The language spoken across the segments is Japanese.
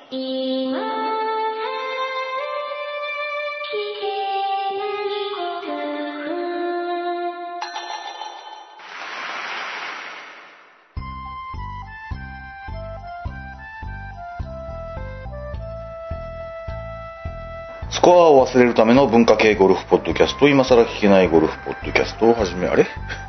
スコアを忘れるための文化系ゴルフポッドキャスト、今更聞けないゴルフポッドキャストを始め、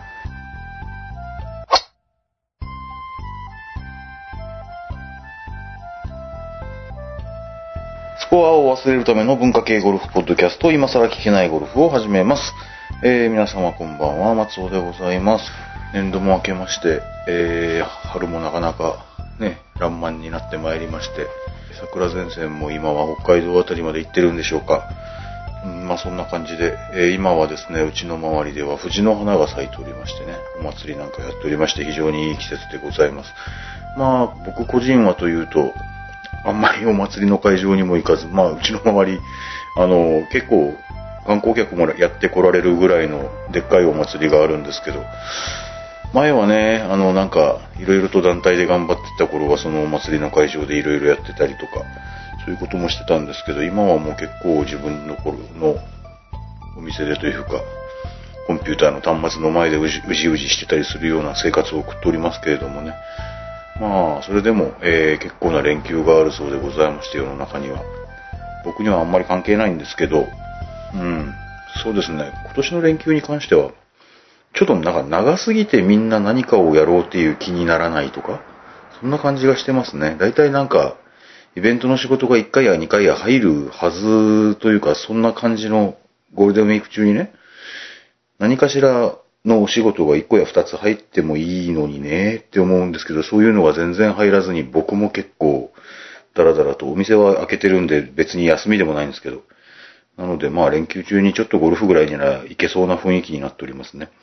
スコアを忘れるための文化系ゴルフポッドキャスト、今更聞けないゴルフを始めます。皆様こんばんは、松尾でございます。年度も明けまして、春もなかなかね、爛漫になってまいりまして、桜前線も今は北海道あたりまで行ってるんでしょうか。そんな感じで、今はですね、うちの周りでは藤の花が咲いておりましてね、お祭りなんかやっておりまして、非常にいい季節でございます。僕個人はというと、あんまりお祭りの会場にも行かず、うちの周り、結構観光客もやって来られるぐらいのでっかいお祭りがあるんですけど、前はね、なんか、いろいろと団体で頑張ってた頃は、そのお祭りの会場でいろいろやってたりとか、そういうこともしてたんですけど、今はもう結構自分の頃のお店でというか、コンピューターの端末の前でうじうじしてたりするような生活を送っておりますけれどもね。それでも、結構な連休があるそうでございまして、世の中には。僕にはあんまり関係ないんですけど、そうですね、今年の連休に関しては、ちょっとなんか長すぎてみんな何かをやろうっていう気にならないとか、そんな感じがしてますね。だいたいなんか、イベントの仕事が1回や2回や入るはずというか、そんな感じのゴールデンウィーク中にね、何かしらのお仕事が1個や2つ入ってもいいのにねって思うんですけど、そういうのが全然入らずに、僕も結構ダラダラと、お店は開けてるんで別に休みでもないんですけど、なので連休中にちょっとゴルフぐらいになら行けそうな雰囲気になっておりますね。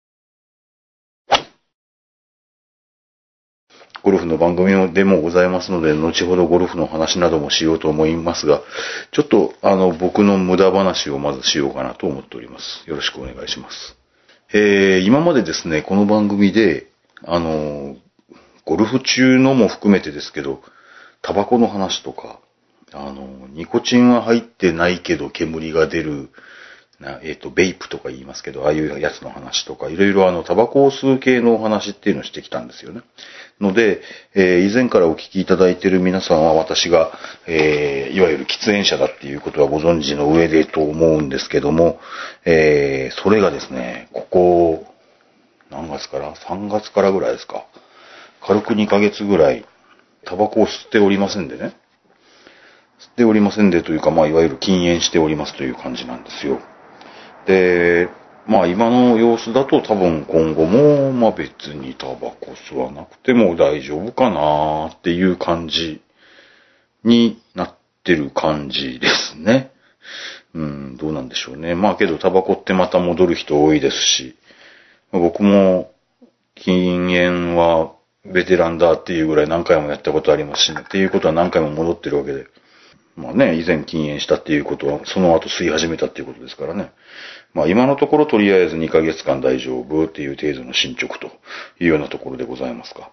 ゴルフの番組でもございますので、後ほどゴルフの話などもしようと思いますが、ちょっと僕の無駄話をまずしようかなと思っております。よろしくお願いします。今までですね、この番組で、ゴルフ中のも含めてですけど、タバコの話とか、ニコチンは入ってないけど煙が出る、ベイプとか言いますけど、ああいうやつの話とか、いろいろタバコを吸う系のお話っていうのをしてきたんですよね。ので、以前からお聞きいただいている皆さんは私が、いわゆる喫煙者だっていうことはご存知の上でと思うんですけども、それがですね、ここ、何月から ?3 月からぐらいですか。軽く2ヶ月ぐらい、タバコを吸っておりませんでね。吸っておりませんでというか、いわゆる禁煙しておりますという感じなんですよ。で、今の様子だと多分今後も別にタバコ吸わなくても大丈夫かなっていう感じになってる感じですね。どうなんでしょうね。けどタバコってまた戻る人多いですし、僕も禁煙はベテランだっていうぐらい何回もやったことありますしね。っていうことは何回も戻ってるわけで。以前禁煙したっていうことは、その後吸い始めたっていうことですからね。今のところとりあえず2ヶ月間大丈夫っていう程度の進捗というようなところでございますか。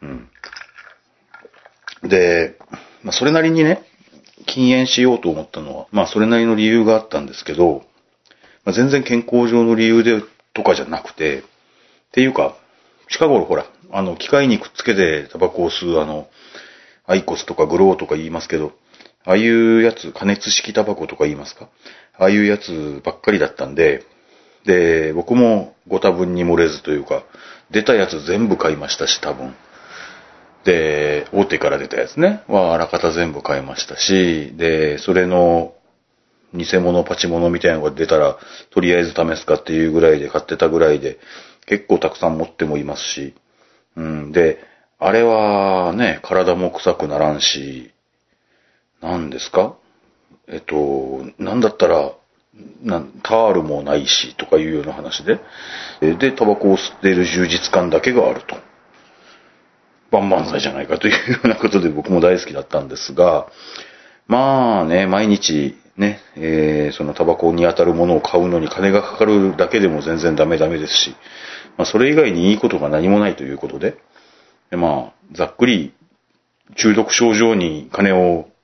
で、それなりにね、禁煙しようと思ったのは、それなりの理由があったんですけど、全然健康上の理由でとかじゃなくて、っていうか、近頃ほら、機械にくっつけてタバコを吸うアイコスとかグローとか言いますけど、ああいうやつ、加熱式タバコとか言いますか？ああいうやつばっかりだったんで、僕もご多分に漏れずというか、出たやつ全部買いましたし、多分。で、大手から出たやつね、はあらかた全部買いましたし、で、それの偽物、パチモノみたいなのが出たら、とりあえず試すかっていうぐらいで買ってたぐらいで、結構たくさん持ってもいますし、で、あれはね、体も臭くならんし、何ですか？なんだったら、タールもないし、とかいうような話で。で、タバコを吸っている充実感だけがあると。万々歳じゃないかというようなことで僕も大好きだったんですが、毎日ね、そのタバコに当たるものを買うのに金がかかるだけでも全然ダメですし、それ以外にいいことが何もないということで、ざっくり中毒症状に金を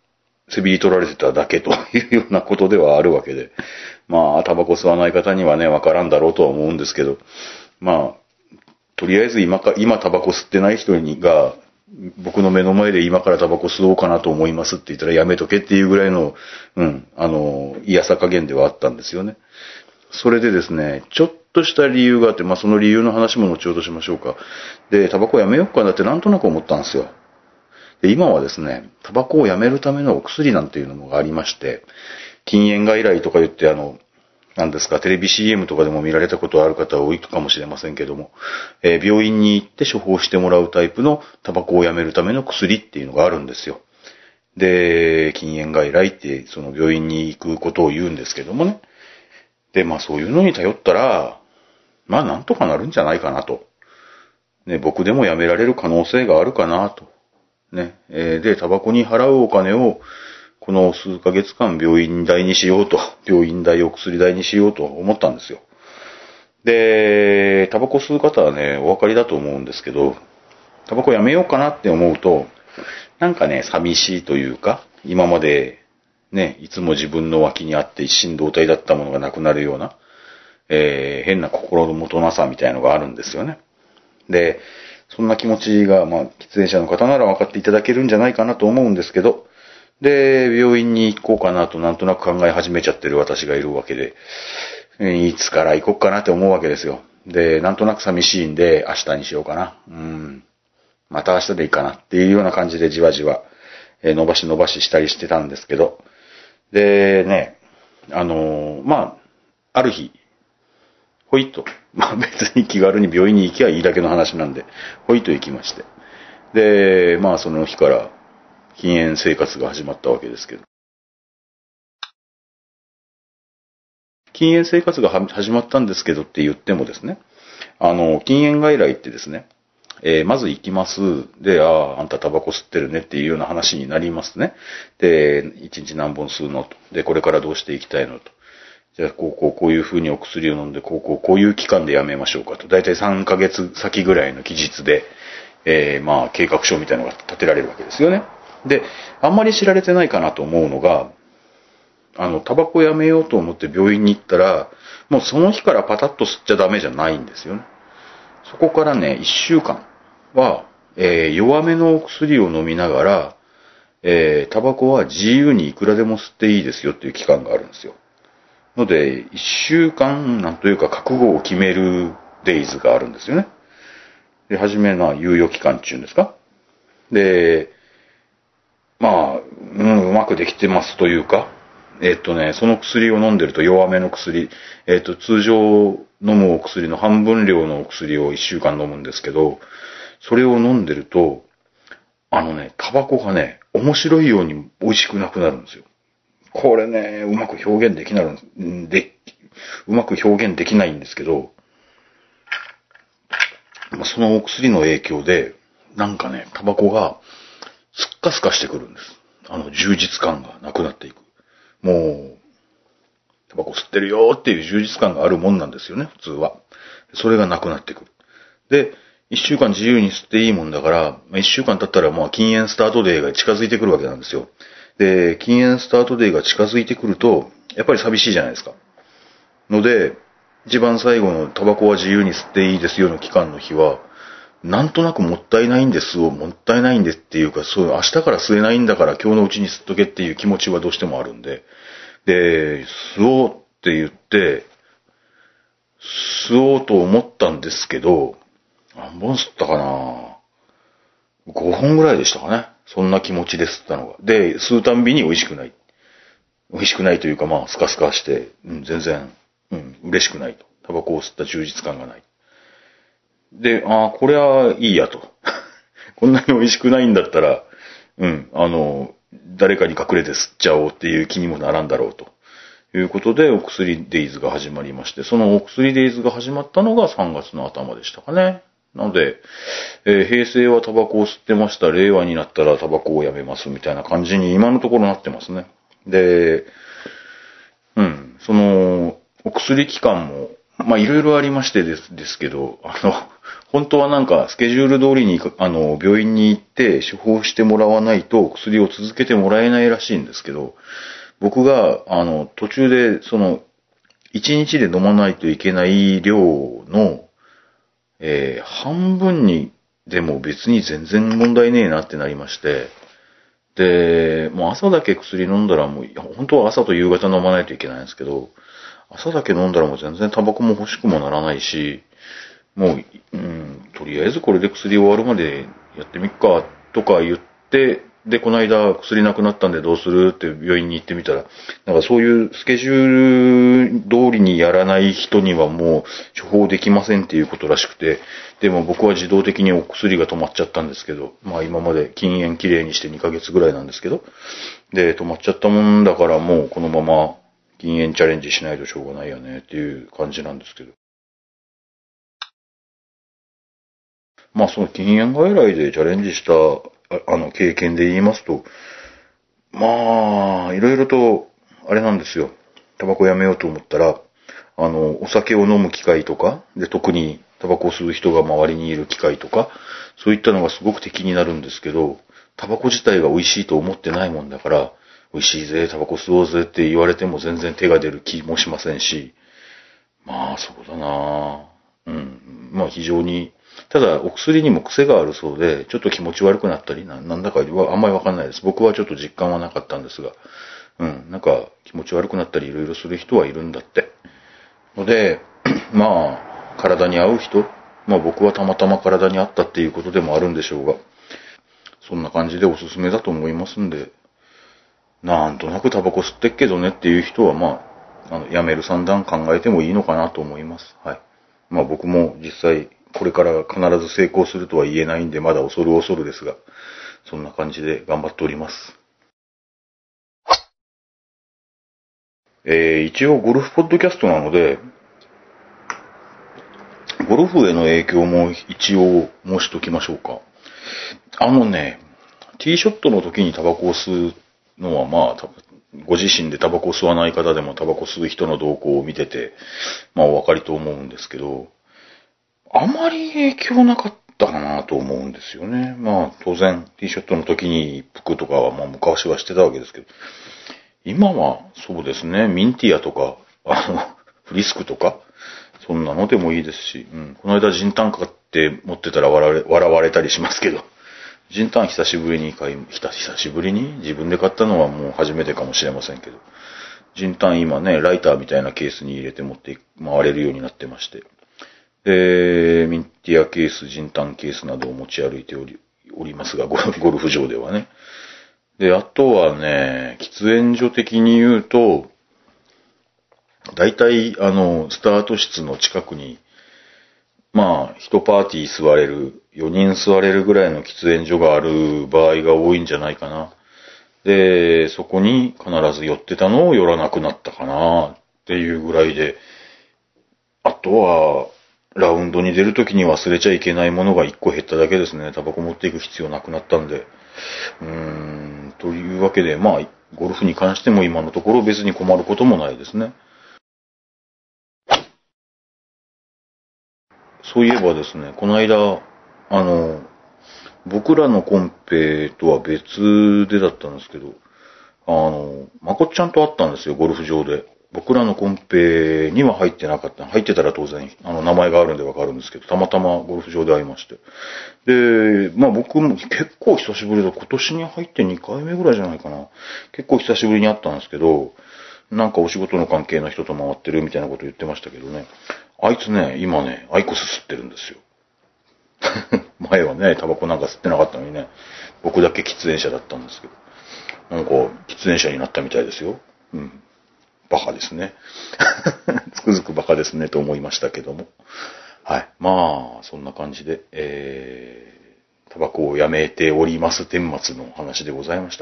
せびり取られてただけというようなことではあるわけで、まあ、タバコ吸わない方にはね、わからんだろうとは思うんですけど、まあ、とりあえず今タバコ吸ってない人が、僕の目の前で今からタバコ吸おうかなと思いますって言ったらやめとけっていうぐらいの、嫌さ加減ではあったんですよね。それでですね、ちょっとした理由があって、まあその理由の話も後ほどしましょうか。で、タバコやめようかなってなんとなく思ったんですよ。で、今はですね、タバコをやめるためのお薬なんていうのがありまして、禁煙外来とか言ってなんですか、テレビ CM とかでも見られたことある方は多いかもしれませんけども、病院に行って処方してもらうタイプのタバコをやめるための薬っていうのがあるんですよ。で、禁煙外来ってその病院に行くことを言うんですけどもね。で、まあそういうのに頼ったら、まあなんとかなるんじゃないかなと。ね、僕でもやめられる可能性があるかなと。ね、で、タバコに払うお金を、この数ヶ月間病院代にしようと、病院代お薬代にしようと思ったんですよ。で、タバコ吸う方はね、お分かりだと思うんですけど、タバコやめようかなって思うと、なんかね、寂しいというか、今までね、いつも自分の脇にあって一心同体だったものがなくなるような、変な心のもとなさみたいのがあるんですよね。で、そんな気持ちが、まあ、喫煙者の方なら分かっていただけるんじゃないかなと思うんですけど、で、病院に行こうかなとなんとなく考え始めちゃってる私がいるわけで、いつから行こうかなって思うわけですよ。で、なんとなく寂しいんで、明日にしようかな。また明日でいいかなっていうような感じでじわじわ、伸ばししたりしてたんですけど、でね、まあ、ある日、ほいっと、まあ別に気軽に病院に行きゃいいだけの話なんで、ほいっと行きまして。で、まあその日から禁煙生活が始まったわけですけど。禁煙生活が始まったんですけどって言ってもですね、禁煙外来ってですね、まず行きます。で、あんたタバコ吸ってるねっていうような話になりますね。で、1日何本吸うのと。で、これからどうしていきたいのと。じゃあ、こういう風にお薬を飲んで、こういう期間でやめましょうかと。だいたい3ヶ月先ぐらいの期日で、まあ、計画書みたいなのが立てられるわけですよね。で、あんまり知られてないかなと思うのが、タバコやめようと思って病院に行ったら、もうその日からパタッと吸っちゃダメじゃないんですよね。そこからね、1週間は、弱めのお薬を飲みながら、タバコは自由にいくらでも吸っていいですよっていう期間があるんですよ。ので、1週間、なんというか覚悟を決めるデイズがあるんですよね。で、はじめは猶予期間っていうんですか。で、まあ、うまくできてますというか、その薬を飲んでると弱めの薬、通常飲むお薬の半分量のお薬を1週間飲むんですけど、それを飲んでると、タバコがね、面白いように美味しくなくなるんですよ。これね、うまく表現できないんですけど、そのお薬の影響で、なんかね、タバコがスッカスカしてくるんです。充実感がなくなっていく。もう、タバコ吸ってるよっていう充実感があるもんなんですよね、普通は。それがなくなってくる。で、1週間自由に吸っていいもんだから、1週間経ったら禁煙スタートデーが近づいてくるわけなんですよ。で、禁煙スタートデーが近づいてくると、やっぱり寂しいじゃないですか。ので、一番最後のタバコは自由に吸っていいですよの期間の日は、なんとなくもったいないんですっていうか、そう、明日から吸えないんだから今日のうちに吸っとけっていう気持ちはどうしてもあるんで、で、吸おうって言って、吸おうと思ったんですけど、何本吸ったかな ?5 本ぐらいでしたかね。そんな気持ちで吸ったのが。で、吸うたんびに美味しくない。美味しくないというか、スカスカして、全然、嬉しくないと。タバコを吸った充実感がない。で、これはいいやと。こんなに美味しくないんだったら、誰かに隠れて吸っちゃおうっていう気にもならんだろうと。いうことで、お薬デイズが始まりまして、そのお薬デイズが始まったのが3月の頭でしたかね。なので、平成はタバコを吸ってました。令和になったらタバコをやめますみたいな感じに今のところなってますね。で、その、お薬期間もまあいろいろありましてですけど、本当はなんかスケジュール通りに、病院に行って処方してもらわないと薬を続けてもらえないらしいんですけど、僕が、途中で、1日で飲まないといけない量の、半分にでも別に全然問題ねえなってなりまして、で、もう朝だけ薬飲んだらもう、本当は朝と夕方飲まないといけないんですけど、朝だけ飲んだらもう全然タバコも欲しくもならないし、もう、とりあえずこれで薬終わるまでやってみっか、とか言って、で、この間薬なくなったんでどうするって病院に行ってみたら、なんかそういうスケジュール通りにやらない人にはもう処方できませんっていうことらしくて、でも僕は自動的にお薬が止まっちゃったんですけど、まあ今まで禁煙きれいにして2ヶ月ぐらいなんですけど、で、止まっちゃったもんだからもうこのまま禁煙チャレンジしないとしょうがないよねっていう感じなんですけど。まあその禁煙外来でチャレンジした経験で言いますと、まあ、いろいろと、あれなんですよ。タバコやめようと思ったら、お酒を飲む機会とか、で、特にタバコを吸う人が周りにいる機会とか、そういったのがすごく敵になるんですけど、タバコ自体が美味しいと思ってないもんだから、美味しいぜ、タバコ吸おうぜって言われても全然手が出る気もしませんし、まあ、そうだなうん。まあ、非常に、ただ、お薬にも癖があるそうで、ちょっと気持ち悪くなったり、なんだかはあんまりわかんないです。僕はちょっと実感はなかったんですが、なんか気持ち悪くなったりいろいろする人はいるんだって。ので、まあ、体に合う人、まあ僕はたまたま体に合ったっていうことでもあるんでしょうが、そんな感じでおすすめだと思いますんで、なんとなくタバコ吸ってっけどねっていう人は、まあ、やめる算段考えてもいいのかなと思います。はい。まあ僕も実際、これから必ず成功するとは言えないんで、まだ恐る恐るですが、そんな感じで頑張っております。一応ゴルフポッドキャストなので、ゴルフへの影響も一応申しときましょうか。ティーショットの時にタバコを吸うのはまあ、ご自身でタバコを吸わない方でもタバコ吸う人の動向を見てて、まあお分かりと思うんですけど、あまり影響なかったかなと思うんですよね。まあ当然、ティーショットの時に服とかはまあ昔はしてたわけですけど、今はそうですね、ミンティアとか、フリスクとか、そんなのでもいいですし、この間ジンタン買って持ってたら笑われたりしますけど、ジンタン久しぶりに久しぶりに自分で買ったのはもう初めてかもしれませんけど、ジンタン今ね、ライターみたいなケースに入れて持って回れるようになってまして、で、ミンティアケース、ジンタンケースなどを持ち歩いておりますが、ゴルフ場ではね。で、あとはね、喫煙所的に言うと、大体、スタート室の近くに、まあ、一パーティー座れる、4人座れるぐらいの喫煙所がある場合が多いんじゃないかな。で、そこに必ず寄ってたのを寄らなくなったかなっていうぐらいで、あとは、ラウンドに出るときに忘れちゃいけないものが1個減っただけですね。タバコ持っていく必要なくなったんで。というわけで、まあ、ゴルフに関しても今のところ別に困ることもないですね。そういえばですね、この間、僕らのコンペとは別でだったんですけど、まこっちゃんと会ったんですよ、ゴルフ場で。僕らのコンペには入ってなかった。入ってたら当然、名前があるんでわかるんですけど、たまたまゴルフ場で会いまして。で、まあ僕も結構久しぶりだ。今年に入って2回目ぐらいじゃないかな。結構久しぶりに会ったんですけど、なんかお仕事の関係の人と回ってるみたいなこと言ってましたけどね。あいつね、今ね、アイコス吸ってるんですよ。前はね、タバコなんか吸ってなかったのにね、僕だけ喫煙者だったんですけど。なんか、喫煙者になったみたいですよ。バカですね。つくづくバカですねと思いましたけども。はい。まあ、そんな感じで、タバコをやめております顛末の話でございました。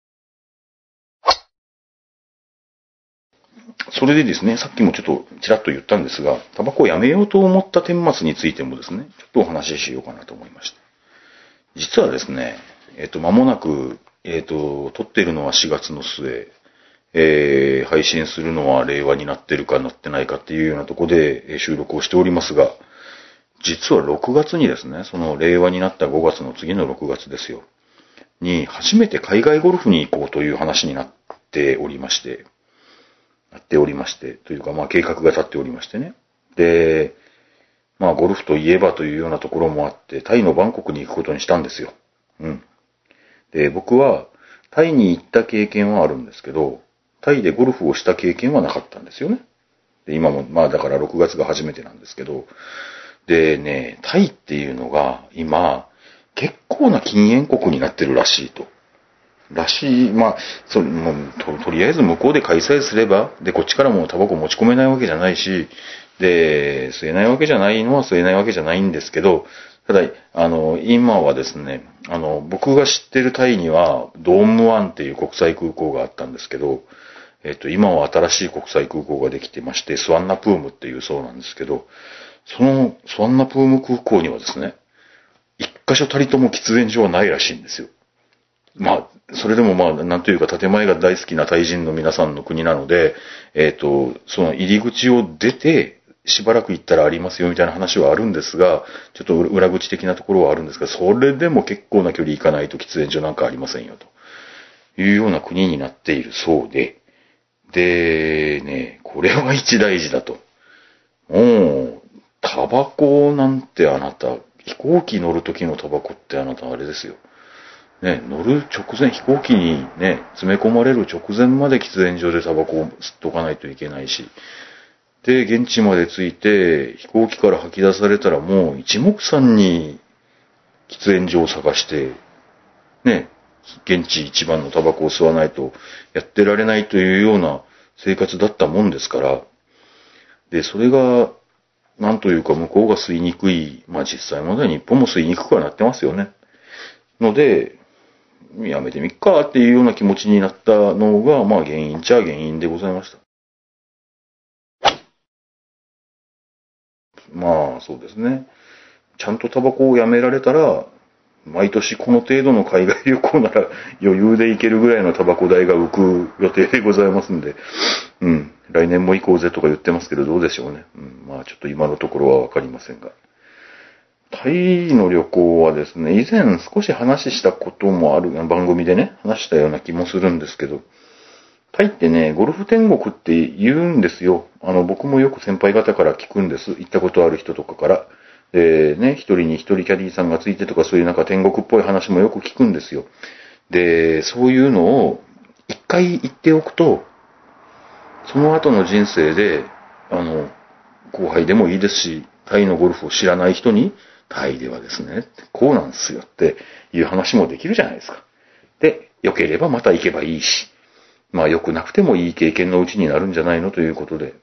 それでですね、さっきもちょっとちらっと言ったんですが、タバコをやめようと思った顛末についてもですね、ちょっとお話ししようかなと思いました。実はですね、間もなく、撮っているのは4月の末、 配信するのは令和になってるかなってないかっていうようなところで収録をしておりますが、実は6月にですね、その令和になった5月の次の6月ですよ、に初めて海外ゴルフに行こうという話になっておりまして、というか計画が立っておりましてね。で、ゴルフといえばというようなところもあって、タイのバンコクに行くことにしたんですよ。で、僕はタイに行った経験はあるんですけど、タイでゴルフをした経験はなかったんですよね。で、今も、だから6月が初めてなんですけど、でね、タイっていうのが今、結構な禁煙国になってるらしいと。とりあえず向こうで開催すれば、で、こっちからもタバコ持ち込めないわけじゃないし、で、吸えないわけじゃないのは吸えないわけじゃないんですけど、ただ、今はですね、僕が知ってるタイには、ドームワンっていう国際空港があったんですけど、今は新しい国際空港ができてまして、スワンナプームっていうそうなんですけど、そのスワンナプーム空港にはですね、一箇所たりとも喫煙所はないらしいんですよ。それでもなんというか建前が大好きなタイ人の皆さんの国なので、その入り口を出て、しばらく行ったらありますよみたいな話はあるんですが、ちょっと裏口的なところはあるんですが、それでも結構な距離行かないと喫煙所なんかありませんよというような国になっているそうで、でね、これは一大事だと。もう、タバコなんてあなた、飛行機乗る時のタバコってあなたあれですよ。ね、乗る直前、飛行機にね、詰め込まれる直前まで喫煙所でタバコを吸っとかないといけないし、で、現地まで着いて、飛行機から吐き出されたらもう一目散に喫煙所を探して、ね、現地一番のタバコを吸わないとやってられないというような生活だったもんですから、で、それが、なんというか向こうが吸いにくい、実際問題日本も吸いにくくはなってますよね。ので、やめてみっかっていうような気持ちになったのが、原因っちゃ原因でございました。そうですね。ちゃんとタバコをやめられたら、毎年この程度の海外旅行なら余裕で行けるぐらいのタバコ代が浮く予定でございますんで、来年も行こうぜとか言ってますけどどうでしょうね。ちょっと今のところはわかりませんが。タイの旅行はですね、以前少し話したこともある、番組でね、話したような気もするんですけど、タイってね、ゴルフ天国って言うんですよ。僕もよく先輩方から聞くんです。行ったことある人とかから。一人に一人キャディーさんがついてとかそういう天国っぽい話もよく聞くんですよ。で、そういうのを一回言っておくと、その後の人生で、後輩でもいいですし、タイのゴルフを知らない人に、タイではですね、こうなんですよっていう話もできるじゃないですか。で、良ければまた行けばいいし、良くなくてもいい経験のうちになるんじゃないのということで、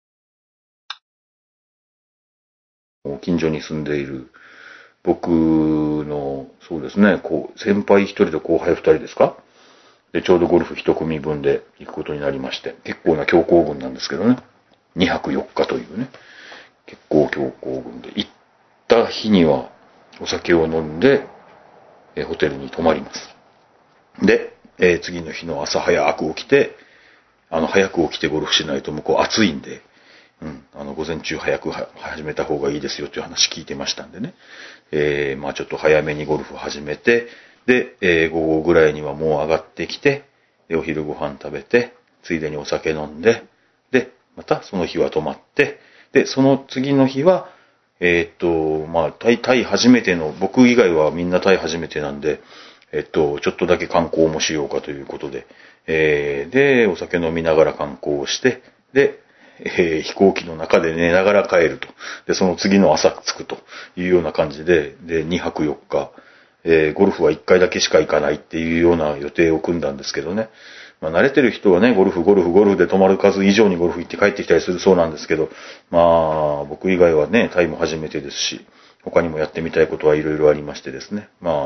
近所に住んでいる僕の、そうですね、先輩一人と後輩二人ですかで、ちょうどゴルフ一組分で行くことになりまして、結構な強行軍なんですけどね、2泊4日というね、結構強行軍で、行った日にはお酒を飲んで、ホテルに泊まります。で、次の日の朝早く起きて、早く起きてゴルフしないと向こう暑いんで、午前中早く始めた方がいいですよという話聞いてましたんでね。ちょっと早めにゴルフ始めて、で、午後ぐらいにはもう上がってきて、で、お昼ご飯食べて、ついでにお酒飲んで、で、またその日は泊まって、で、その次の日は、タイ初めての、僕以外はみんなタイ初めてなんで、ちょっとだけ観光もしようかということで、で、お酒飲みながら観光をして、で、飛行機の中で寝ながら帰ると。で、その次の朝着くというような感じで、で、2泊4日、ゴルフは1回だけしか行かないっていうような予定を組んだんですけどね。慣れてる人はね、ゴルフで泊まる数以上にゴルフ行って帰ってきたりするそうなんですけど、僕以外はね、タイも初めてですし、他にもやってみたいことはいろいろありましてですね。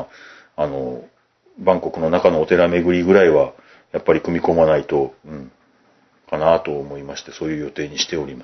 バンコクの中のお寺巡りぐらいは、やっぱり組み込まないと、かなと思いまして、そういう予定にしております。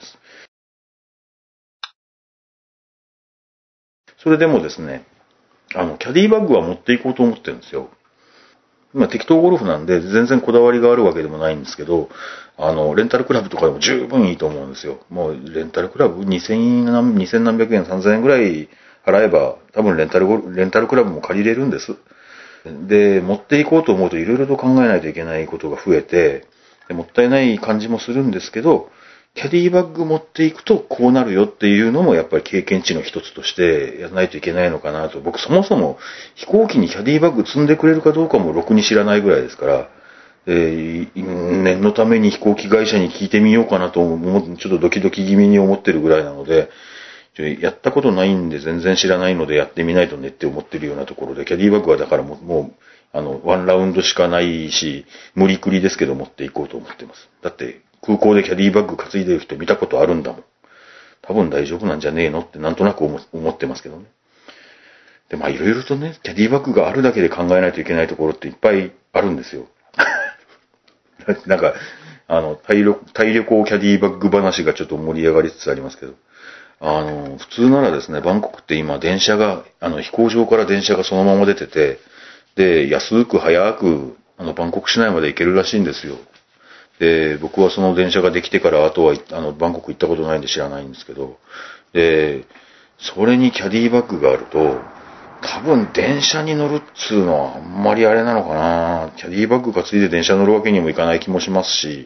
それでもですね、キャディバッグは持っていこうと思ってるんですよ。 適当ゴルフなんで全然こだわりがあるわけでもないんですけど、レンタルクラブとかでも十分いいと思うんですよ。もうレンタルクラブ2000何百円、3000円ぐらい払えば多分レンタルクラブも借りれるんです。で、持っていこうと思うといろいろと考えないといけないことが増えて、もったいない感じもするんですけど、キャディバッグ持っていくとこうなるよっていうのもやっぱり経験値の一つとしてやらないといけないのかなと。僕そもそも飛行機にキャディバッグ積んでくれるかどうかもろくに知らないぐらいですから、念のために飛行機会社に聞いてみようかなとちょっとドキドキ気味に思ってるぐらいなので、やったことないんで全然知らないのでやってみないとねって思ってるようなところで、キャディバッグはだからもうワンラウンドしかないし、無理くりですけど持っていこうと思ってます。だって空港でキャディバッグ担いでる人見たことあるんだもん。多分大丈夫なんじゃねえのってなんとなく思ってますけどね。で、いろいろとね、キャディバッグがあるだけで考えないといけないところっていっぱいあるんですよ。なんか、タイ旅行キャディバッグ話がちょっと盛り上がりつつありますけど、普通ならですね、バンコクって今電車が、飛行場から電車がそのまま出てて、で、安く早く、バンコク市内まで行けるらしいんですよ。で、僕はその電車ができてからあとは、バンコク行ったことないんで知らないんですけど、で、それにキャディバッグがあると、多分電車に乗るっつうのはあんまりあれなのかな。キャディバッグ担いで電車乗るわけにもいかない気もしますし、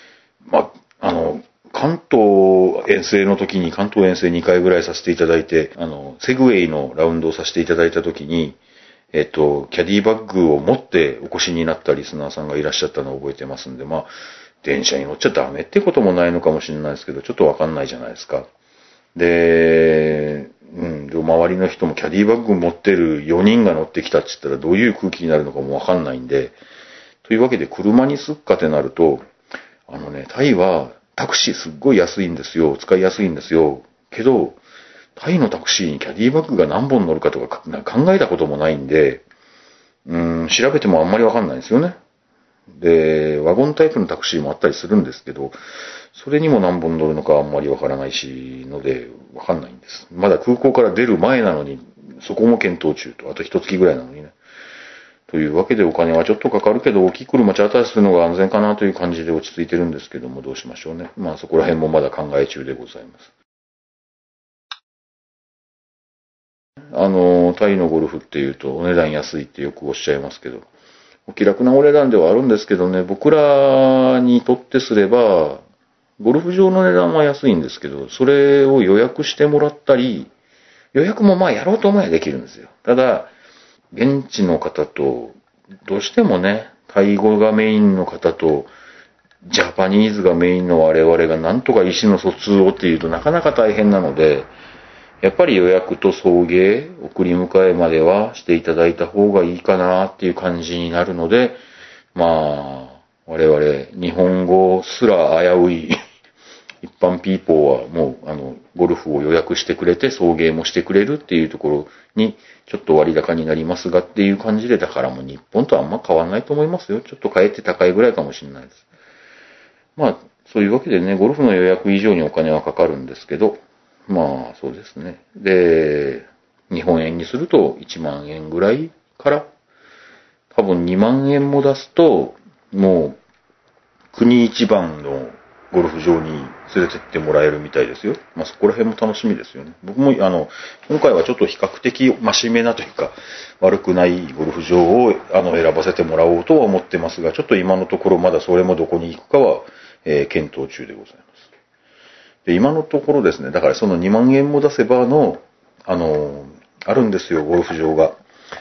関東遠征の時に、関東遠征2回ぐらいさせていただいて、セグウェイのラウンドをさせていただいた時に、キャディバッグを持ってお越しになったリスナーさんがいらっしゃったのを覚えてますんで、電車に乗っちゃダメってこともないのかもしれないですけど、ちょっとわかんないじゃないですか。で、周りの人もキャディバッグ持ってる4人が乗ってきたって言ったらどういう空気になるのかもわかんないんで、というわけで車にすっかってなると、タイはタクシーすっごい安いんですよ。使いやすいんですよ。けど、タイのタクシーにキャディバッグが何本乗るかとか考えたこともないんで、調べてもあんまりわかんないんですよね。で、ワゴンタイプのタクシーもあったりするんですけど、それにも何本乗るのかあんまりわからないし、ので、わかんないんです。まだ空港から出る前なのに、そこも検討中と、あと一月ぐらいなのにね。というわけでお金はちょっとかかるけど、大きい車チャーターするのが安全かなという感じで落ち着いてるんですけども、どうしましょうね。そこら辺もまだ考え中でございます。タイのゴルフっていうとお値段安いってよくおっしゃいますけど、お気楽なお値段ではあるんですけどね、僕らにとってすれば、ゴルフ場の値段は安いんですけど、それを予約してもらったり、予約もやろうと思えばできるんですよ。ただ、現地の方と、どうしてもね、タイ語がメインの方と、ジャパニーズがメインの我々がなんとか意思の疎通をっていうとなかなか大変なので、やっぱり予約と送迎、送り迎えまではしていただいた方がいいかなっていう感じになるので、我々日本語すら危うい一般ピーポーはもうゴルフを予約してくれて送迎もしてくれるっていうところにちょっと割高になりますがっていう感じで、だからもう日本とあんま変わらないと思いますよ。ちょっと変えて高いぐらいかもしれないです。そういうわけでね、ゴルフの予約以上にお金はかかるんですけど、そうですね。で、日本円にすると1万円ぐらいから多分2万円も出すともう国一番のゴルフ場に連れてってもらえるみたいですよ。そこら辺も楽しみですよね。僕も今回はちょっと比較的真面目なというか悪くないゴルフ場を選ばせてもらおうとは思ってますが、ちょっと今のところまだそれもどこに行くかは、検討中でございます。で、今のところですね、だからその2万円も出せばあるんですよ、ゴルフ場が。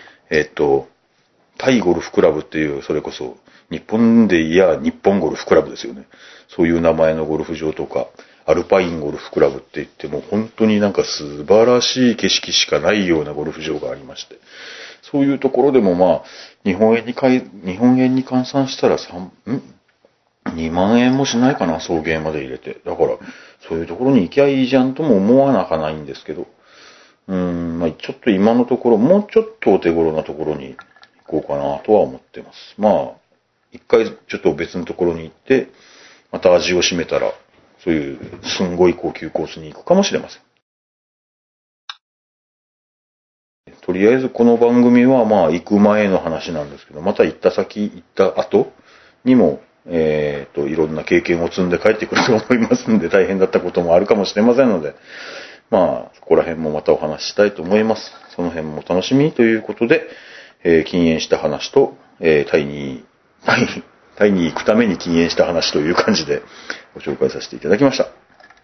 タイゴルフクラブっていう、それこそ、日本でいや日本ゴルフクラブですよね。そういう名前のゴルフ場とか、アルパインゴルフクラブって言っても、本当に素晴らしい景色しかないようなゴルフ場がありまして。そういうところでも日本円に換算したら2万円もしないかな、送迎まで入れて。だから、そういうところに行きゃいいじゃんとも思わなかないんですけど。ちょっと今のところ、もうちょっとお手頃なところに行こうかなとは思ってます。一回ちょっと別のところに行って、また味を占めたら、そういうすんごい高級コースに行くかもしれません。 とりあえずこの番組はまあ行く前の話なんですけど、また行った先、行った後にも、いろんな経験を積んで帰ってくると思いますので、大変だったこともあるかもしれませんので、まあ、そこら辺もまたお話ししたいと思います。その辺も楽しみということで、禁煙した話と、タイに行くために禁煙した話という感じでご紹介させていただきました。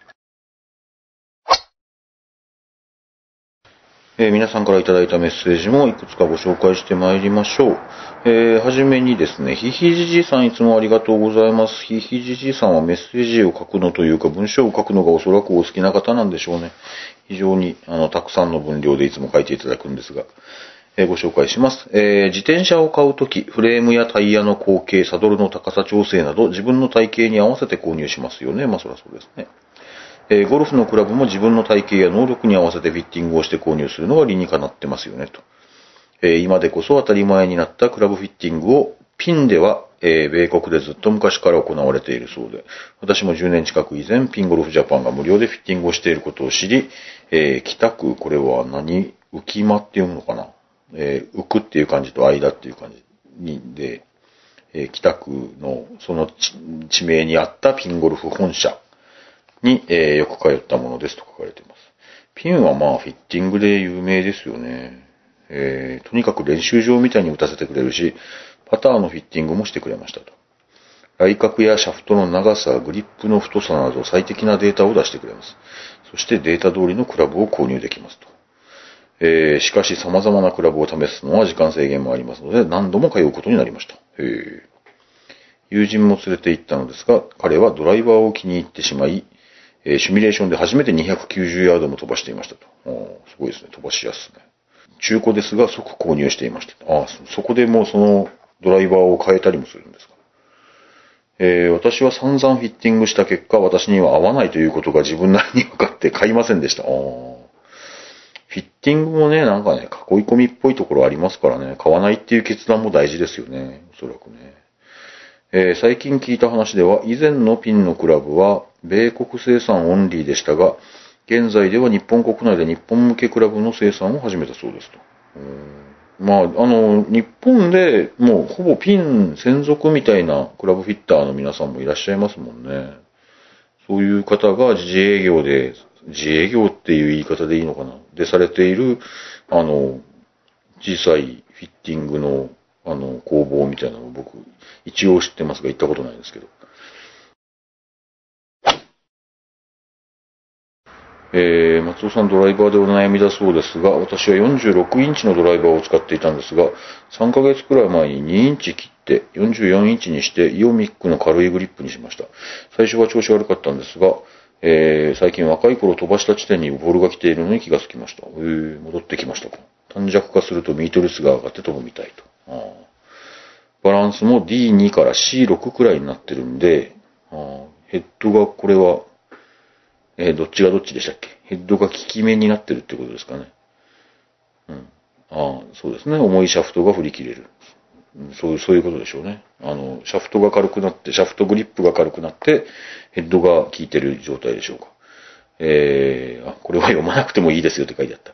皆さんからいただいたメッセージもいくつかご紹介してまいりましょう。はじめにですね、ひひじじさんいつもありがとうございます。ひひじじさんはメッセージを書くのというか文章を書くのがおそらくお好きな方なんでしょうね。非常にたくさんの分量でいつも書いていただくんですが、ご紹介します。自転車を買うとき、フレームやタイヤの口径、サドルの高さ調整など自分の体型に合わせて購入しますよね。まあそりゃそうですね。ゴルフのクラブも自分の体型や能力に合わせてフィッティングをして購入するのが理にかなってますよねと。今でこそ当たり前になったクラブフィッティングをピンでは、米国でずっと昔から行われているそうで、私も10年近く以前ピンゴルフジャパンが無料でフィッティングをしていることを知り、北区、これは浮間って読むのかな、浮くっていう漢字と間っていう漢字で、北区のその地名にあったピンゴルフ本社に、よく通ったものですと書かれています。ピンはまあフィッティングで有名ですよね。とにかく練習場みたいに打たせてくれるし、パターのフィッティングもしてくれましたと。来角やシャフトの長さ、グリップの太さなど最適なデータを出してくれます。そしてデータ通りのクラブを購入できますと。しかし様々なクラブを試すのは時間制限もありますので何度も通うことになりました。友人も連れて行ったのですが、彼はドライバーを気に入ってしまい、シミュレーションで初めて290ヤードも飛ばしていましたと。すごいですね。飛ばしやすいね。中古ですが即購入していました。そこでもうそのドライバーを変えたりもするんですか。私は散々フィッティングした結果、私には合わないということが自分なりに分かって買いませんでした。フィッティングもね、なんかね、囲い込みっぽいところありますからね、買わないっていう決断も大事ですよね。おそらくね。最近聞いた話では、以前のピンのクラブは、米国生産オンリーでしたが、現在では日本国内で日本向けクラブの生産を始めたそうですと。まあ、日本でもうほぼピン専属みたいなクラブフィッターの皆さんもいらっしゃいますもんね。そういう方が自営業っていう言い方でいいのかな。でされている、小さいフィッティングの工房みたいなのを僕、一応知ってますが行ったことないんですけど。松尾さんドライバーでお悩みだそうですが、私は46インチのドライバーを使っていたんですが、3ヶ月くらい前に2インチ切って44インチにしてイオミックの軽いグリップにしました。最初は調子悪かったんですが、最近若い頃飛ばした地点にボールが来ているのに気がつきました。戻ってきましたか。短尺化するとミート率が上がって飛ぶみたいと。バランスも D2 から C6 くらいになってるんで、ヘッドがこれは、どっちがどっちでしたっけ？ヘッドが効き目になってるってことですかね。そうですね。重いシャフトが振り切れる。そういうことでしょうね。シャフトが軽くなって、シャフトグリップが軽くなって、ヘッドが効いてる状態でしょうか。これは読まなくてもいいですよって書いてあった。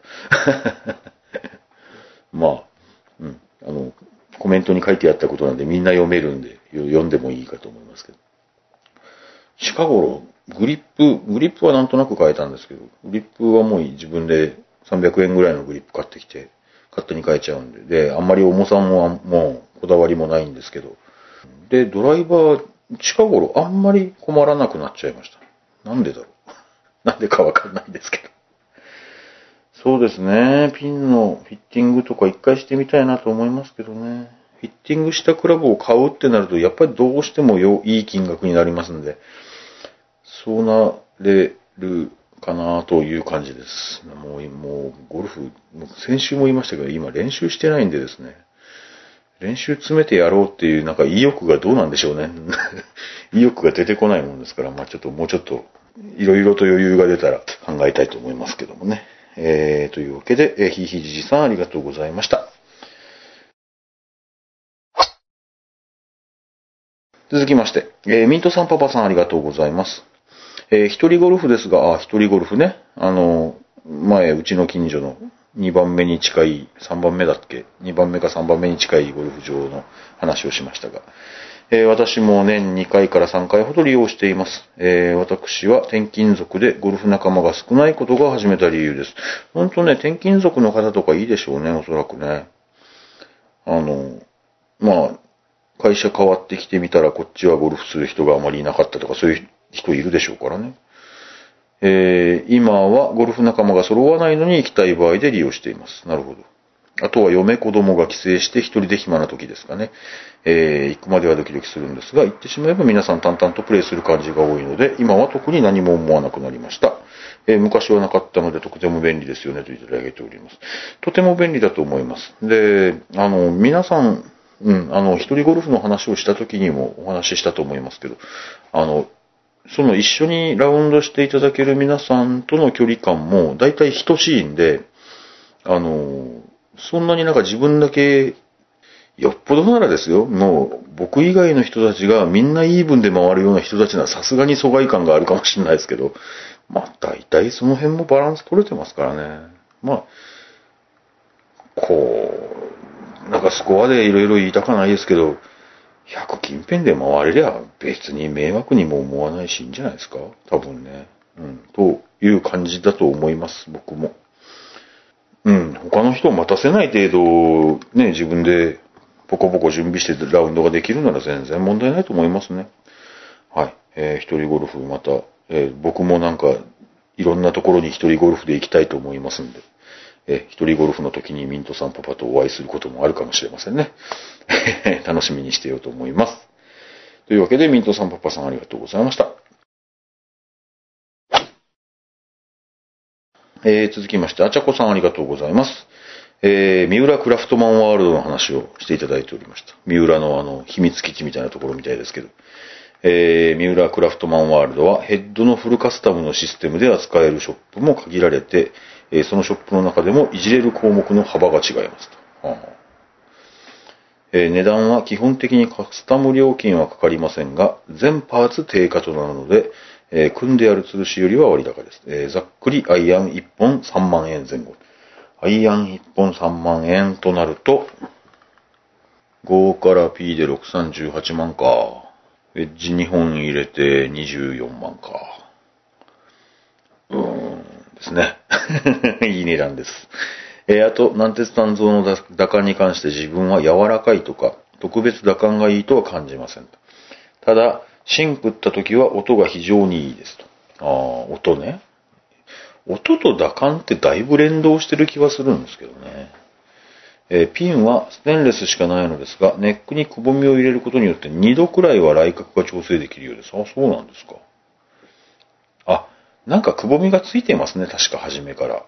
まあ、コメントに書いてあったことなんでみんな読めるんで、読んでもいいかと思いますけど。近頃、グリップはなんとなく変えたんですけど、グリップはもう自分で300円ぐらいのグリップ買ってきて、勝手に変えちゃうんで、あんまり重さももうこだわりもないんですけど。で、ドライバー、近頃あんまり困らなくなっちゃいました。なんでだろう。なんでかわかんないですけど。そうですね。ピンのフィッティングとか一回してみたいなと思いますけどね。フィッティングしたクラブを買うってなると、やっぱりどうしてもいい金額になりますんで、そうなれるかなという感じです。もうゴルフ、先週も言いましたけど、今練習してないんでですね。練習詰めてやろうっていうなんか意欲がどうなんでしょうね。意欲が出てこないもんですから、もうちょっといろいろと余裕が出たら考えたいと思いますけどもね。というわけで、ひひじじさんありがとうございました。続きまして、ミントさんパパさんありがとうございます。一人ゴルフですが、一人ゴルフね。前、うちの近所の 2番目に近い、3番目だっけ ?2 番目か3番目に近いゴルフ場の話をしましたが、私も年2回から3回ほど利用しています。私は転勤族でゴルフ仲間が少ないことが始めた理由です。本当ね、転勤族の方とかいいでしょうね、おそらくね。会社変わってきてみたらこっちはゴルフする人があまりいなかったとかそういう人いるでしょうからね。今はゴルフ仲間が揃わないのに行きたい場合で利用しています。なるほど。あとは嫁子供が帰省して一人で暇な時ですかね。行くまではドキドキするんですが、行ってしまえば皆さん淡々とプレイする感じが多いので、今は特に何も思わなくなりました。昔はなかったのでとても便利ですよねといただいております。とても便利だと思います。で、皆さん、一人ゴルフの話をした時にもお話ししたと思いますけど、その一緒にラウンドしていただける皆さんとの距離感も大体等しいんで、そんなになんか自分だけ、よっぽどならですよ、もう僕以外の人たちがみんなイーブンで回るような人たちならさすがに疎外感があるかもしれないですけど、大体その辺もバランス取れてますからね。なんかスコアでいろいろ言いたかないですけど、100近辺で回れりゃ別に迷惑にも思わないしいいんじゃないですか多分ね。という感じだと思います、僕も。他の人を待たせない程度、ね、自分でポコポコ準備してラウンドができるなら全然問題ないと思いますね。はい。一人ゴルフまた、僕もなんかいろんなところに一人ゴルフで行きたいと思いますんで。一人ゴルフの時にミントさんパパとお会いすることもあるかもしれませんね。楽しみにしていようと思います。というわけで、ミントさんパパさんありがとうございました。続きまして、あちゃこさんありがとうございます。三浦クラフトマンワールドの話をしていただいておりました。三浦の秘密基地みたいなところみたいですけど。三浦クラフトマンワールドはヘッドのフルカスタムのシステムで扱えるショップも限られて、そのショップの中でもいじれる項目の幅が違いますと。値段は基本的にカスタム料金はかかりませんが、全パーツ定価となるので、組んである吊るしよりは割高です。ざっくりアイアン1本3万円前後。アイアン1本3万円となると、5から P で638万か。ウェッジ2本入れて24万か。ですね。いい値段です。あと、軟鉄鍛造の打感に関して自分は柔らかいとか、特別打感がいいとは感じません。ただ、芯食った時は音が非常にいいですと。音ね。音と打感ってだいぶ連動してる気はするんですけどね。ピンはステンレスしかないのですが、ネックにくぼみを入れることによって2度くらいは来角が調整できるようです。そうなんですか。なんかくぼみがついてますね、確か初めから。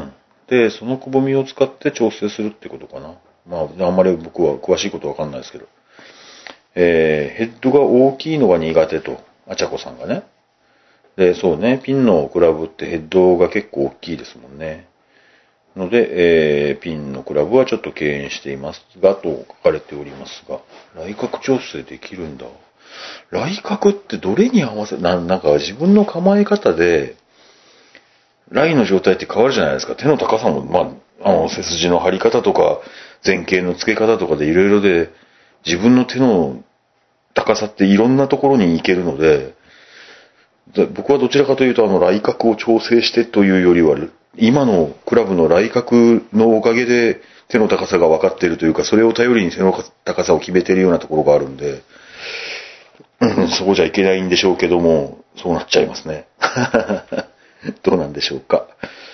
で、そのくぼみを使って調整するってことかな。あんまり僕は詳しいことわかんないですけど。ヘッドが大きいのが苦手と、あちゃこさんがね。で、そうね、ピンのクラブってヘッドが結構大きいですもんね。ので、ピンのクラブはちょっと敬遠していますが、と書かれておりますが、来角調整できるんだ。来角ってどれに合わせ、なんか自分の構え方で、ライの状態って変わるじゃないですか。手の高さも、背筋の張り方とか、前傾の付け方とかでいろいろで、自分の手の高さっていろんなところに行けるので、僕はどちらかというと来角を調整してというよりは、今のクラブの来角のおかげで手の高さが分かっているというか、それを頼りに手の高さを決めているようなところがあるんで、そうじゃいけないんでしょうけども、そうなっちゃいますね。どうなんでしょうか。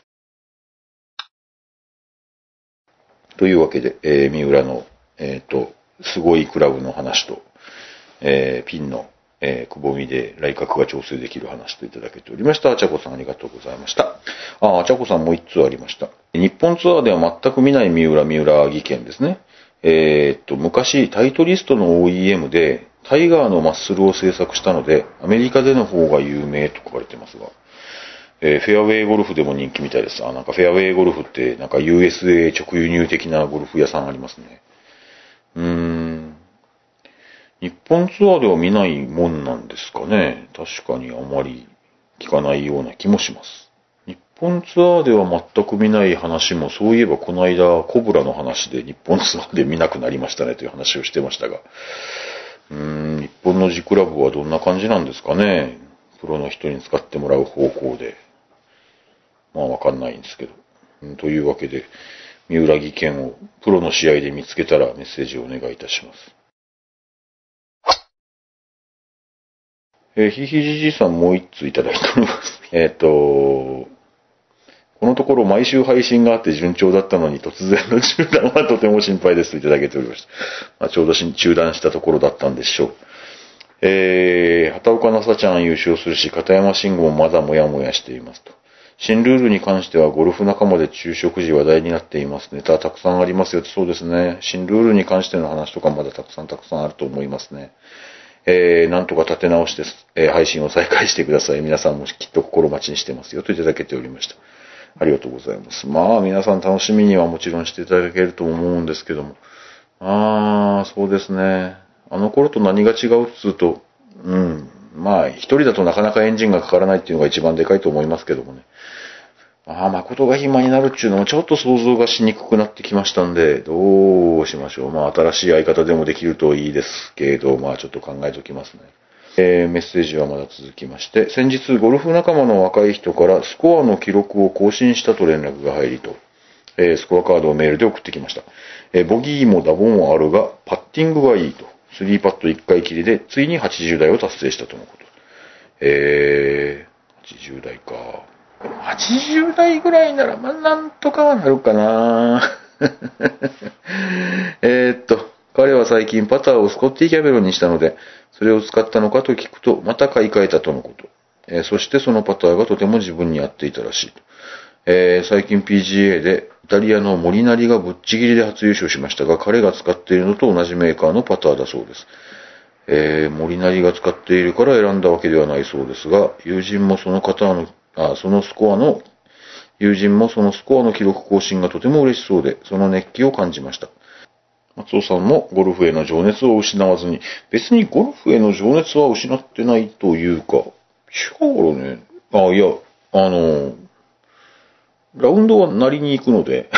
というわけで、三浦の、すごいクラブの話と、ピンの、くぼみで来角が調整できる話といただけておりました。あちゃこさんありがとうございました。あちゃこさんもう一通ありました。日本ツアーでは全く見ない三浦技研ですね。昔タイトリストの OEM でタイガーのマッスルを制作したので、アメリカでの方が有名と書かれてますが、フェアウェイゴルフでも人気みたいです。なんかフェアウェイゴルフってなんか USA 直輸入的なゴルフ屋さんありますね。日本ツアーでは見ないもんなんですかね。確かにあまり聞かないような気もします。日本ツアーでは全く見ない話も、そういえばこの間、コブラの話で日本ツアーで見なくなりましたねという話をしてましたが、日本のジクラブはどんな感じなんですかね。プロの人に使ってもらう方向で。まあわかんないんですけど。というわけで、三浦技研をプロの試合で見つけたらメッセージをお願いいたします。ひひじじさんもう一通いただいております。このところ毎週配信があって順調だったのに突然の中断はとても心配ですといただけておりました。ちょうど中断したところだったんでしょう。畑岡奈紗ちゃん優勝するし、片山慎吾もまだもやもやしていますと。新ルールに関してはゴルフ仲間で昼食時話題になっています。ネタたくさんありますよ。そうですね。新ルールに関しての話とかまだたくさんあると思いますね。なんとか立て直して、配信を再開してください。皆さんもきっと心待ちにしてますよといただけておりました。ありがとうございます。まあ皆さん楽しみにはもちろんしていただけると思うんですけども。そうですね。あの頃と何が違うっつうと、まあ一人だとなかなかエンジンがかからないっていうのが一番でかいと思いますけどもね。誠が暇になるっていうのもちょっと想像がしにくくなってきましたんで、どうしましょう。新しい相方でもできるといいですけど、ちょっと考えときますね。メッセージはまだ続きまして、先日ゴルフ仲間の若い人からスコアの記録を更新したと連絡が入りと、スコアカードをメールで送ってきました。ボギーもダボもあるが、パッティングがいいと。3パット1回きりで、ついに80台を達成したとのこと。80台か。80台ぐらいなら、なんとかはなるかな彼は最近パターをスコッティキャメロンにしたので、それを使ったのかと聞くと、また買い替えたとのこと。そしてそのパターがとても自分に合っていたらしいと。最近 PGA でイタリアのモリナリがぶっちぎりで初優勝しましたが、彼が使っているのと同じメーカーのパターだそうです。モリナリが使っているから選んだわけではないそうですが、友人もそのスコアの記録更新がとても嬉しそうで、その熱気を感じました。松尾さんもゴルフへの情熱を失わずに、別にゴルフへの情熱は失ってないというか、近頃ね、ラウンドはなりに行くので、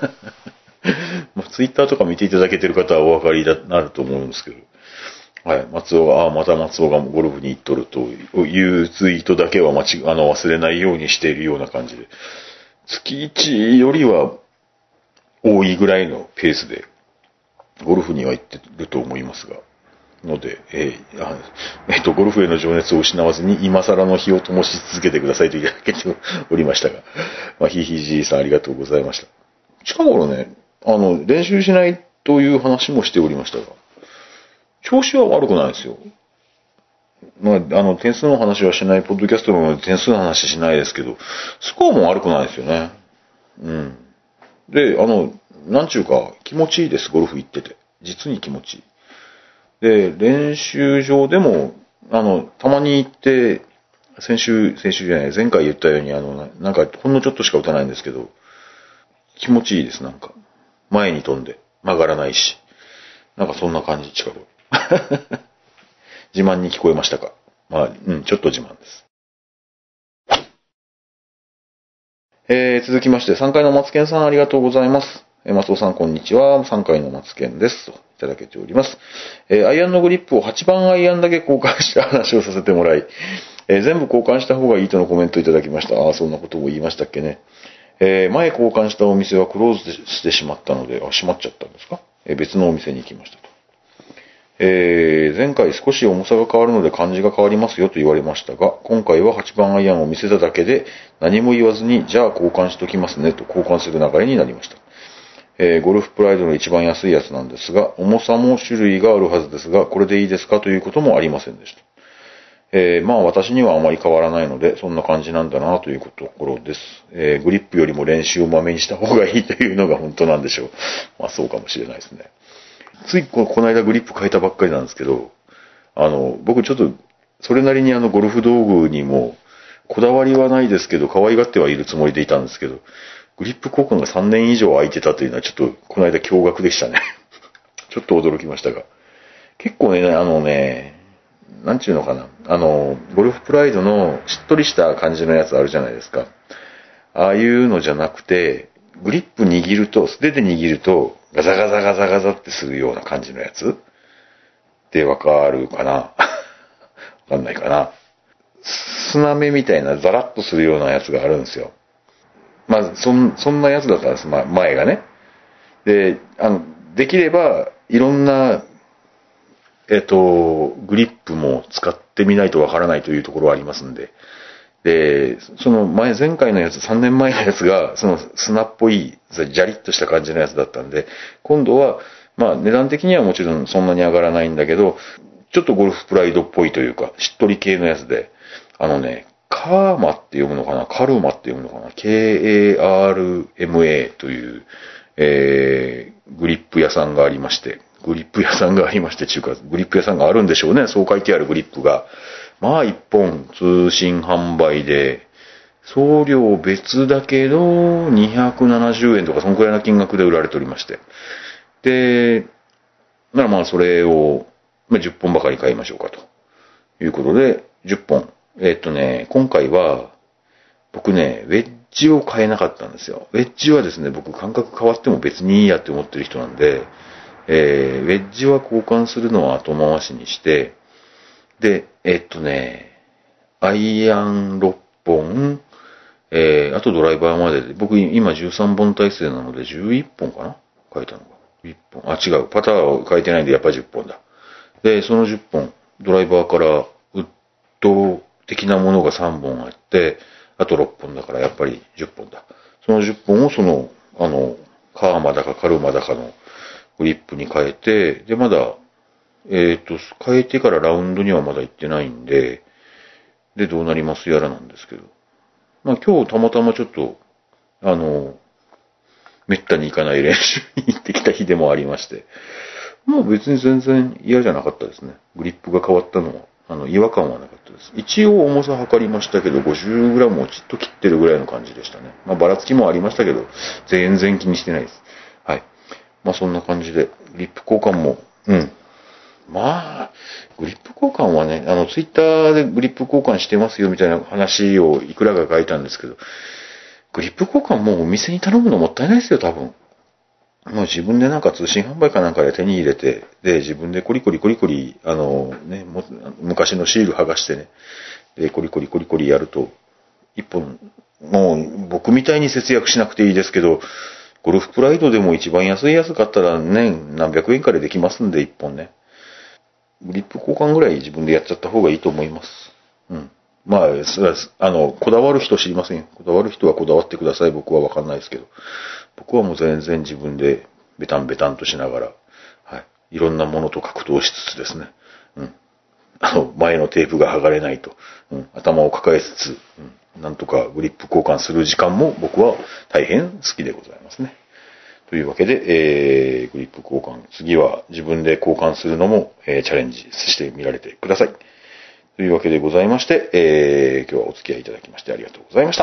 ツイッターとか見ていただけてる方はお分かりになると思うんですけど、はい、また松尾がゴルフに行っとるというツイートだけは忘れないようにしているような感じで、月1よりは多いぐらいのペースで、ゴルフには行ってると思いますが、ので、ゴルフへの情熱を失わずに今更の火を灯し続けてくださいといただけておりましたが、ひいひいじいさんありがとうございました。近頃ね、練習しないという話もしておりましたが、調子は悪くないですよ。点数の話はしない、ポッドキャストの点数の話しないですけど、スコアも悪くないですよね。で、なんちゅうか、気持ちいいです、ゴルフ行ってて。実に気持ちいい。で、練習場でも、たまに行って、前回言ったように、なんか、ほんのちょっとしか打たないんですけど、気持ちいいです、なんか。前に飛んで、曲がらないし。なんかそんな感じ、近く。自慢に聞こえましたか？ちょっと自慢です。続きまして、3階の松健さんありがとうございます。松尾さんこんにちは。3階の松健です。といただけております。アイアンのグリップを8番アイアンだけ交換した話をさせてもらい、全部交換した方がいいとのコメントいただきました。そんなことも言いましたっけね。前交換したお店はクローズしてしまったので、閉まっちゃったんですか？別のお店に行きましたと。前回少し重さが変わるので感じが変わりますよと言われましたが、今回は8番アイアンを見せただけで何も言わずに、じゃあ交換しときますねと交換する流れになりました。ゴルフプライドの一番安いやつなんですが、重さも種類があるはずですが、これでいいですかということもありませんでした。私にはあまり変わらないので、そんな感じなんだなというところです。グリップよりも練習をまめにした方がいいというのが本当なんでしょう。そうかもしれないですね。ついこの間グリップ変えたばっかりなんですけど、僕ちょっと、それなりにゴルフ道具にも、こだわりはないですけど、可愛がってはいるつもりでいたんですけど、グリップ交換が3年以上空いてたというのはちょっと、この間驚愕でしたね。ちょっと驚きましたが。結構ね、なんちゅうのかな。ゴルフプライドのしっとりした感じのやつあるじゃないですか。 ああいうのじゃなくて、グリップ握ると、素手で握ると、ガザガザガザガザってするような感じのやつってわかるかなわかんないかな。砂目みたいなザラッとするようなやつがあるんですよ。まあ、そんなやつだったんです、前がね。で、できれば、いろんな、グリップも使ってみないとわからないというところはありますんで。で、その前回のやつ、3年前のやつが、その砂っぽい、ジャリッとした感じのやつだったんで、今度は、まあ値段的にはもちろんそんなに上がらないんだけど、ちょっとゴルフプライドっぽいというか、しっとり系のやつで、カーマって読むのかな、カルマって読むのかな、KARMA という、グリップ屋さんがありまして、中華、グリップ屋さんがあるんでしょうね、そう書いてあるグリップが。まあ一本通信販売で、送料別だけど、270円とかそのくらいの金額で売られておりまして。で、ならまあそれを、10本ばかり買いましょうかということで、10本。今回は、僕ね、ウェッジを買えなかったんですよ。ウェッジはですね、僕感覚変わっても別にいいやって思ってる人なんで、ウェッジは交換するのは後回しにして、で、アイアン6本、あとドライバーまでで、僕今13本体制なので11本かな変えたのが。1本。あ、違う。パターを変えてないんでやっぱり10本だ。で、その10本、ドライバーからウッド的なものが3本あって、あと6本だからやっぱり10本だ。その10本をカーマだかカルマだかのグリップに変えて、で、まだ、変えてからラウンドにはまだ行ってないんで、で、どうなりますやらなんですけど。まあ今日たまたまちょっと、めったに行かない練習に行ってきた日でもありまして、もう別に全然嫌じゃなかったですね。グリップが変わったのは、違和感はなかったです。一応重さ測りましたけど、50g をちっと切ってるぐらいの感じでしたね。まあばらつきもありましたけど、全然気にしてないです。はい。まあそんな感じで、グリップ交換も、まあ、グリップ交換はね、ツイッターでグリップ交換してますよみたいな話をいくらか書いたんですけど、グリップ交換もうお店に頼むのもったいないですよ、多分。もう自分でなんか通信販売かなんかで手に入れて、で、自分でコリコリ、昔のシール剥がしてね、で、コリコリやると、一本、もう僕みたいに節約しなくていいですけど、ゴルフプライドでも一番安いやつ買ったら年何百円かでできますんで、一本ね。グリップ交換ぐらい自分でやっちゃった方がいいと思います。まあ、こだわる人知りませんよ。こだわる人はこだわってください。僕はわかんないですけど。僕はもう全然自分でベタンベタンとしながら、はい。いろんなものと格闘しつつですね。前のテープが剥がれないと。頭を抱えつつ、なんとかグリップ交換する時間も僕は大変好きでございますね。というわけで、グリップ交換、次は自分で交換するのも、チャレンジしてみられてください。というわけでございまして、今日はお付き合いいただきましてありがとうございました。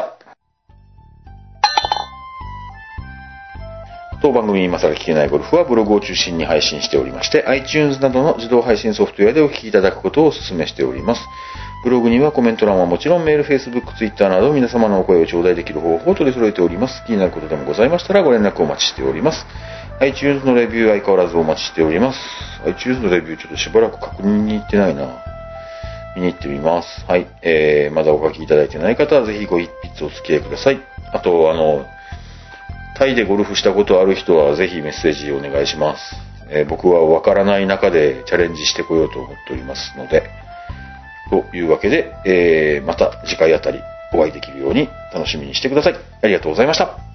当番組今更聞けないゴルフはブログを中心に配信しておりまして、iTunes などの自動配信ソフトウェアでお聞きいただくことをお勧めしております。ブログにはコメント欄はもちろんメール、Facebook、Twitter など皆様のお声を頂戴できる方法を取り揃えております。気になることでもございましたらご連絡お待ちしております。iTunes のレビュー相変わらずお待ちしております。iTunes のレビューちょっとしばらく確認に行ってないな。見に行ってみます。はい。まだお書きいただいてない方はぜひご一筆お付き合いください。あと、タイでゴルフしたことある人はぜひメッセージお願いします。僕はわからない中でチャレンジしてこようと思っておりますので。というわけで、また次回あたりお会いできるように楽しみにしてください。ありがとうございました。